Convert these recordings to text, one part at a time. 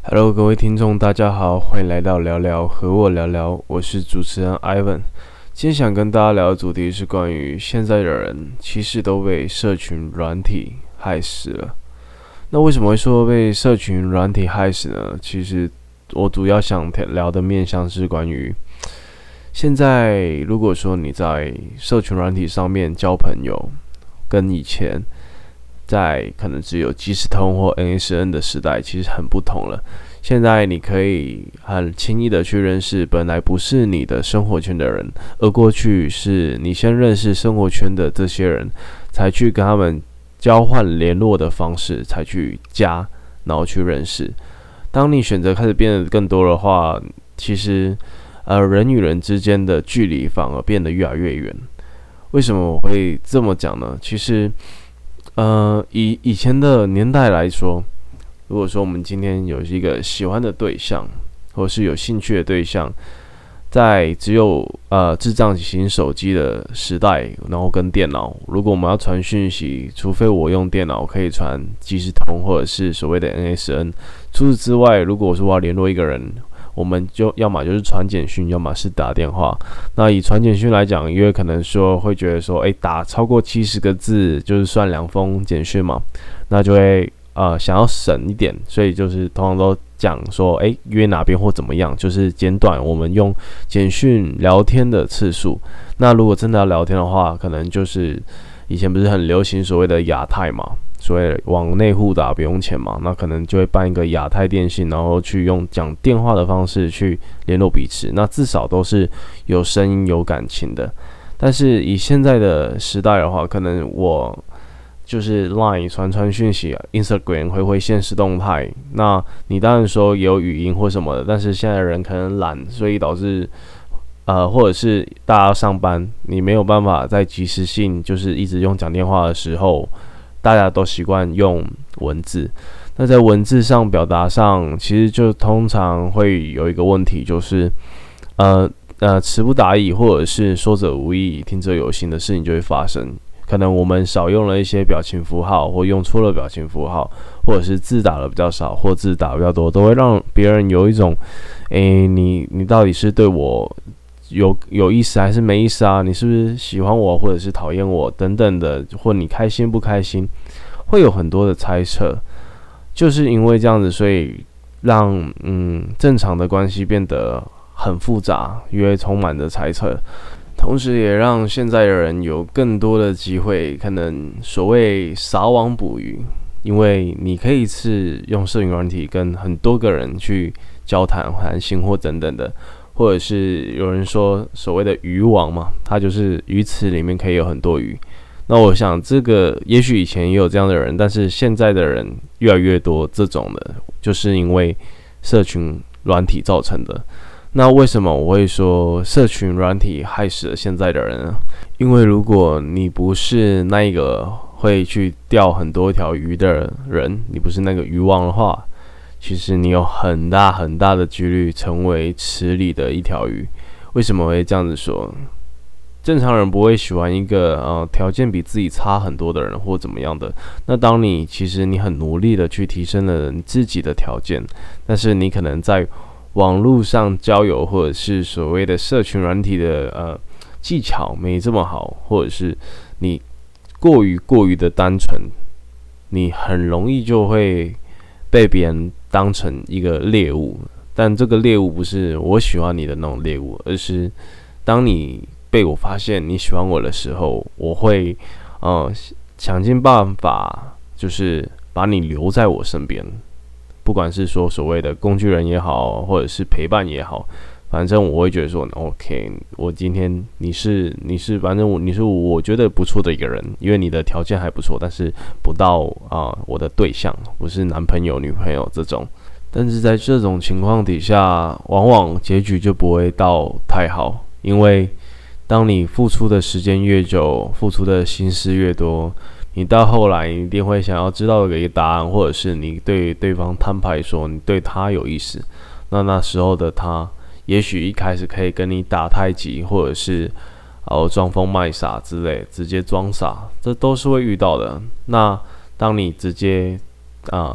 Hello，各位听众，大家好，欢迎来到聊聊和我聊聊，我是主持人 Ivan。今天想跟大家聊的主题是关于现在的人其实都被社群软体害死了。那为什么会说被社群软体害死呢？其实我主要想聊的面向是关于现在，如果说你在社群软体上面交朋友，跟以前在可能只有即时通或 MSN 的时代，其实很不同了。现在你可以很轻易的去认识本来不是你的生活圈的人，而过去是你先认识生活圈的这些人，才去跟他们交换联络的方式，才去加，然后去认识。当你选择开始变得更多的话，其实人与人之间的距离反而变得越来越远。为什么我会这么讲呢？其实以前的年代来说，如果说我们今天有一个喜欢的对象，或是有兴趣的对象，在只有智障型手机的时代，然后跟电脑，如果我们要传讯息，除非我用电脑可以传即时通或者是所谓的 MSN， 除此之外，如果说我要联络一个人，我们就要么就是传简讯，要么是打电话。那以传简讯来讲，因为可能说会觉得说，打超过70个字就是算2封简讯嘛，那就会想要省一点，所以就是通常都讲说，约哪边或怎么样，就是简短我们用简讯聊天的次数。那如果真的要聊天的话，可能就是以前不是很流行所谓的亚太嘛，所谓往内互打不用钱嘛，那可能就会办一个亚太电信，然后去用讲电话的方式去联络彼此，那至少都是有声音有感情的。但是以现在的时代的话，可能我就是 Line 传讯息，Instagram 回现实动态，那你当然说也有语音或什么的，但是现在的人可能懒，所以导致或者是大家要上班，你没有办法在即时性就是一直用讲电话的时候，大家都习惯用文字。那在文字上表达上，其实就通常会有一个问题，就是词不达意，或者是说者无意，听者有心的事情就会发生。可能我们少用了一些表情符号，或用错了表情符号，或者是字打的比较少，或字打的比较多，都会让别人有一种，你到底是对我有意思还是没意思啊？你是不是喜欢我，或者是讨厌我等等的，或你开心不开心，会有很多的猜测。就是因为这样子，所以让正常的关系变得很复杂，因为充满着猜测。同时也让现在的人有更多的机会，可能所谓撒网捕鱼，因为你可以是用社群软体跟很多个人去交谈、谈心或等等的，或者是有人说所谓的渔网嘛，它就是鱼池里面可以有很多鱼。那我想这个也许以前也有这样的人，但是现在的人越来越多这种的，就是因为社群软体造成的。那为什么我会说社群软体害死了现在的人呢？因为如果你不是那一个会去钓很多条鱼的人，你不是那个渔网的话，其实你有很大很大的几率成为池里的一条鱼。为什么会这样子说？正常人不会喜欢一个条件比自己差很多的人或怎么样的。那当你其实你很努力的去提升了你自己的条件，但是你可能在网络上交友，或者是所谓的社群软体的技巧没这么好，或者是你过于的单纯，你很容易就会被别人当成一个猎物。但这个猎物不是我喜欢你的那种猎物，而是当你被我发现你喜欢我的时候，我会想尽办法，就是把你留在我身边。不管是说所谓的工具人也好，或者是陪伴也好，反正我会觉得说 ，OK， 我今天你是，反正你是我觉得不错的一个人，因为你的条件还不错，但是不到我的对象，不是男朋友、女朋友这种。但是在这种情况底下，往往结局就不会到太好，因为当你付出的时间越久，付出的心思越多，你到后来一定会想要知道一个答案，或者是你对对方摊牌说你对他有意思。那时候的他，也许一开始可以跟你打太极，或者是装疯卖傻之类，直接装傻，这都是会遇到的。那当你直接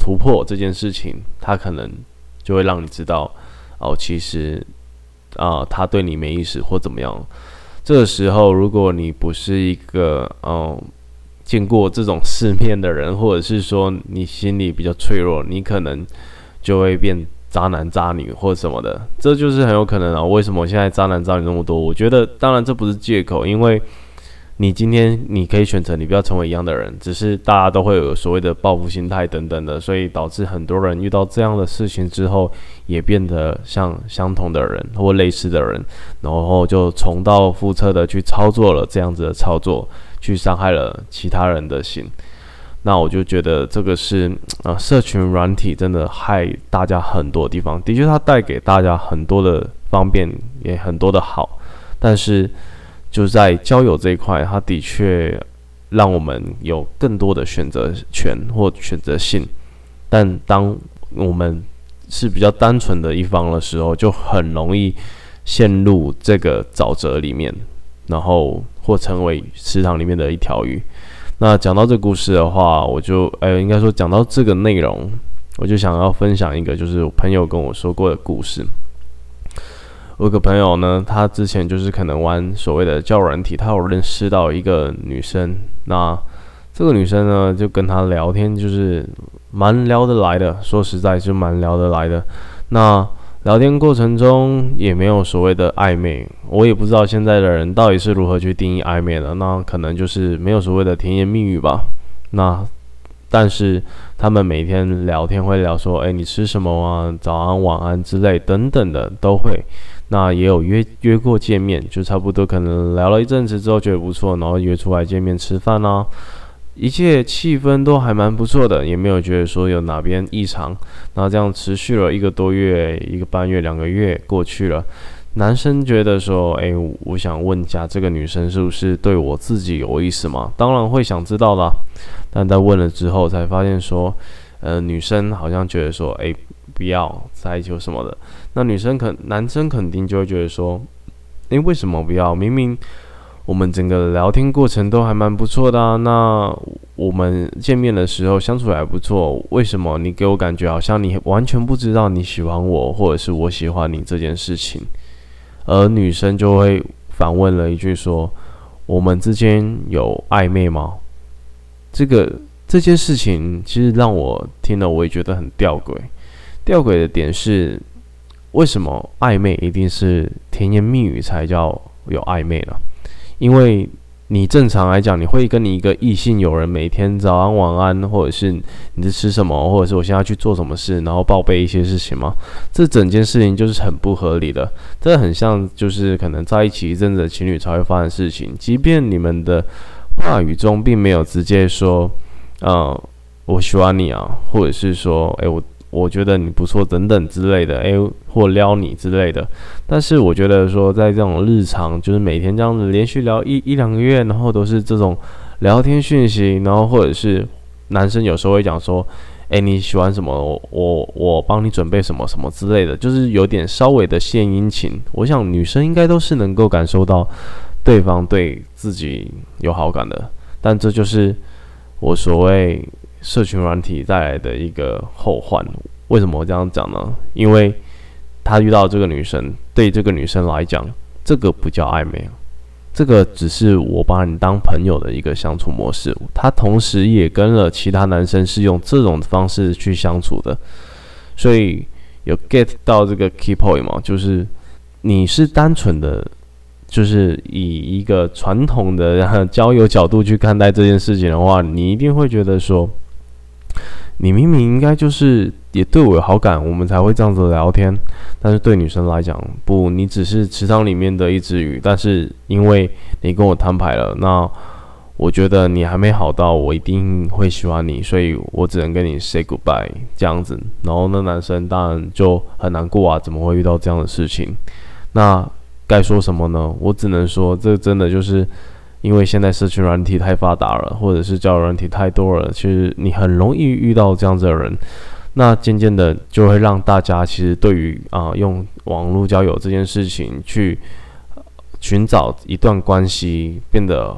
突破这件事情，他可能就会让你知道，其实他对你没意思或怎么样。这个时候，如果你不是一个见过这种世面的人，或者是说你心里比较脆弱，你可能就会变渣男渣女或什么的，这就是很有可能为什么现在渣男渣女那么多？我觉得，当然这不是借口，因为你今天你可以选择你不要成为一样的人，只是大家都会有所谓的报复心态等等的，所以导致很多人遇到这样的事情之后，也变得像相同的人或类似的人，然后就重蹈覆辙的去操作了这样子的操作，去伤害了其他人的心。那我就觉得这个是社群软体真的害大家很多地方，的确它带给大家很多的方便，也很多的好，但是就在交友这一块，它的确让我们有更多的选择权或选择性，但当我们是比较单纯的一方的时候，就很容易陷入这个沼泽里面，然后或成为池塘里面的一条鱼。那讲到这个故事的话，我就应该说讲到这个内容，我就想要分享一个就是我朋友跟我说过的故事。我有个朋友呢，他之前就是可能玩所谓的交友软体，他有认识到一个女生，那这个女生呢就跟他聊天，就是蛮聊得来的，说实在就蛮聊得来的。那聊天过程中也没有所谓的暧昧，我也不知道现在的人到底是如何去定义暧昧的，那可能就是没有所谓的甜言蜜语吧。那但是他们每天聊天会聊说，你吃什么啊？早安、晚安之类等等的都会。那也有约过见面，就差不多可能聊了一阵子之后觉得不错，然后约出来见面吃饭啊。一切气氛都还蛮不错的，也没有觉得说有哪边异常。那这样持续了1个多月、1个半月、2个月过去了，男生觉得说，我想问一下这个女生是不是对我自己有意思嘛？当然会想知道啦。但在问了之后才发现说，女生好像觉得说，不要在一起什么的。那男生肯定就会觉得说，为什么不要？明明我们整个聊天过程都还蛮不错的啊，那我们见面的时候相处还不错，为什么你给我感觉好像你完全不知道你喜欢我，或者是我喜欢你这件事情？而女生就会反问了一句说：“我们之间有暧昧吗？”这件事情其实让我听了，我也觉得很吊诡。吊诡的点是，为什么暧昧一定是甜言蜜语才叫有暧昧呢？因为你正常来讲，你会跟你一个异性友人每天早安晚安，或者是你在吃什么，或者是我现在要去做什么事，然后报备一些事情吗？这整件事情就是很不合理的，这很像就是可能在一起一阵子的情侣才会发生的事情，即便你们的话语中并没有直接说，我喜欢你啊，或者是说，我觉得你不错等等之类的，或撩你之类的。但是我觉得说，在这种日常，就是每天这样子连续聊一两个月，然后都是这种聊天讯息，然后或者是男生有时候会讲说，你喜欢什么，我帮你准备什么什么之类的，就是有点稍微的献殷勤。我想女生应该都是能够感受到对方对自己有好感的，但这就是我所谓社群软体带来的一个后患。为什么我这样讲呢？因为他遇到这个女生，对这个女生来讲，这个不叫暧昧，这个只是我把你当朋友的一个相处模式。他同时也跟了其他男生是用这种方式去相处的，所以有 get 到这个 key point 吗？就是你是单纯的，就是以一个传统的交友角度去看待这件事情的话，你一定会觉得说，你明明应该就是也对我有好感，我们才会这样子聊天。但是对女生来讲，不，你只是池塘里面的一只鱼，但是因为你跟我摊牌了，那我觉得你还没好到我一定会喜欢你，所以我只能跟你 say goodbye 这样子。然后那男生当然就很难过啊，怎么会遇到这样的事情？那该说什么呢？我只能说，这真的就是因为现在社群软体太发达了，或者是交友软体太多了，其实你很容易遇到这样子的人。那渐渐的就会让大家其实对于用网络交友这件事情去寻找一段关系变得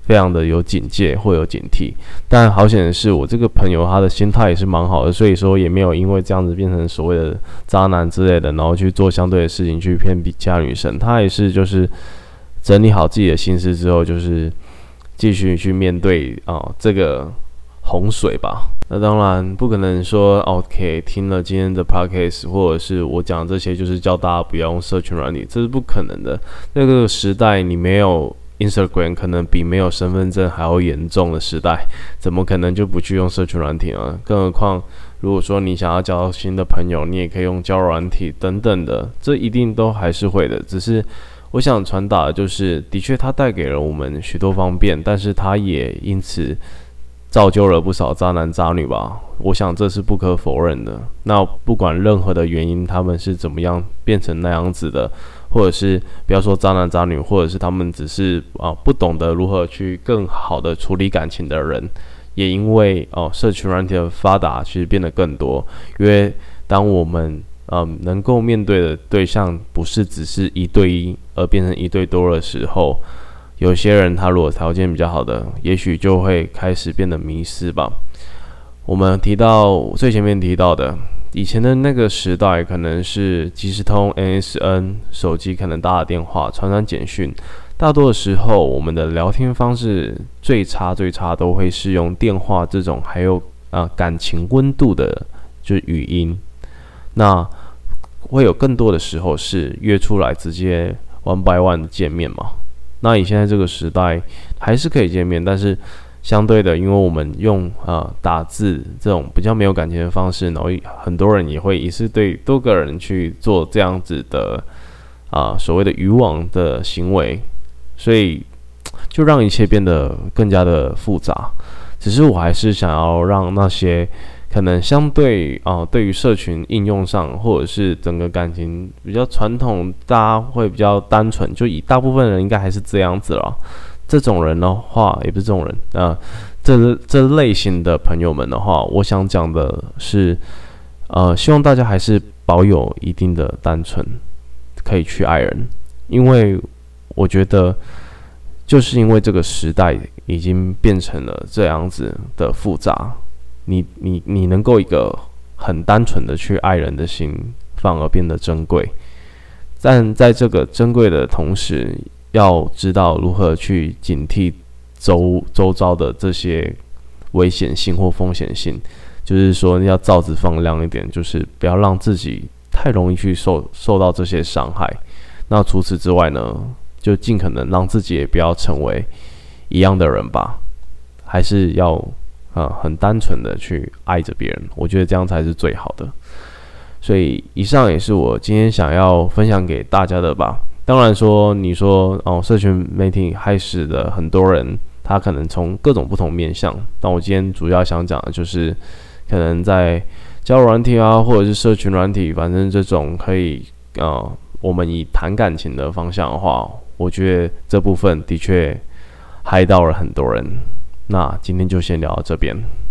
非常的有警戒或有警惕。但好险的是，我这个朋友他的心态也是蛮好的，所以说也没有因为这样子变成所谓的渣男之类的，然后去做相对的事情去骗其他女生。他也是就是整理好自己的心思之后，就是继续去面对这个洪水吧。那当然不可能说 OK 听了今天的 podcast 或者是我讲这些就是叫大家不要用社群软体，这是不可能的。那个时代你没有 Instagram 可能比没有身份证还要严重的时代，怎么可能就不去用社群软体呢？更何况如果说你想要交到新的朋友，你也可以用交友软体等等的，这一定都还是会的。只是我想传达的就是，的确它带给了我们许多方便，但是它也因此造就了不少渣男渣女吧，我想这是不可否认的。那不管任何的原因，他们是怎么样变成那样子的，或者是不要说渣男渣女，或者是他们只是不懂得如何去更好的处理感情的人，也因为社群软体的发达，其实变得更多。因为当我们能够面对的对象不是只是一对一，而变成一对多的时候，有些人他如果条件比较好的，也许就会开始变得迷失吧。我们提到最前面提到的，以前的那个时代可能是即时通、MSN 手机，可能打电话、传简讯。大多的时候，我们的聊天方式最差都会是用电话这种还有感情温度的，就是语音。那会有更多的时候是约出来直接 one by one 的见面嘛。那以现在这个时代还是可以见面，但是相对的，因为我们用打字这种比较没有感情的方式，然后很多人也会一次对多个人去做这样子的所谓的渔网的行为，所以就让一切变得更加的复杂。只是我还是想要让那些可能相对对于社群应用上，或者是整个感情比较传统，大家会比较单纯，就以大部分人应该还是这样子啦。这种人的话，也不是这种人这类型的朋友们的话，我想讲的是，希望大家还是保有一定的单纯，可以去爱人，因为我觉得就是因为这个时代已经变成了这样子的复杂。你能够一个很单纯的去爱人的心，反而变得珍贵。但在这个珍贵的同时，要知道如何去警惕周遭的这些危险性或风险性。就是说，要罩子放亮一点，就是不要让自己太容易去受到这些伤害。那除此之外呢，就尽可能让自己也不要成为一样的人吧，还是要很单纯的去爱着别人，我觉得这样才是最好的。所以以上也是我今天想要分享给大家的吧。当然说，你说社群媒体害死的很多人，他可能从各种不同面向，但我今天主要想讲的就是，可能在交友软体或者是社群软体，反正这种可以我们以谈感情的方向的话，我觉得这部分的确害到了很多人。那今天就先聊到这边。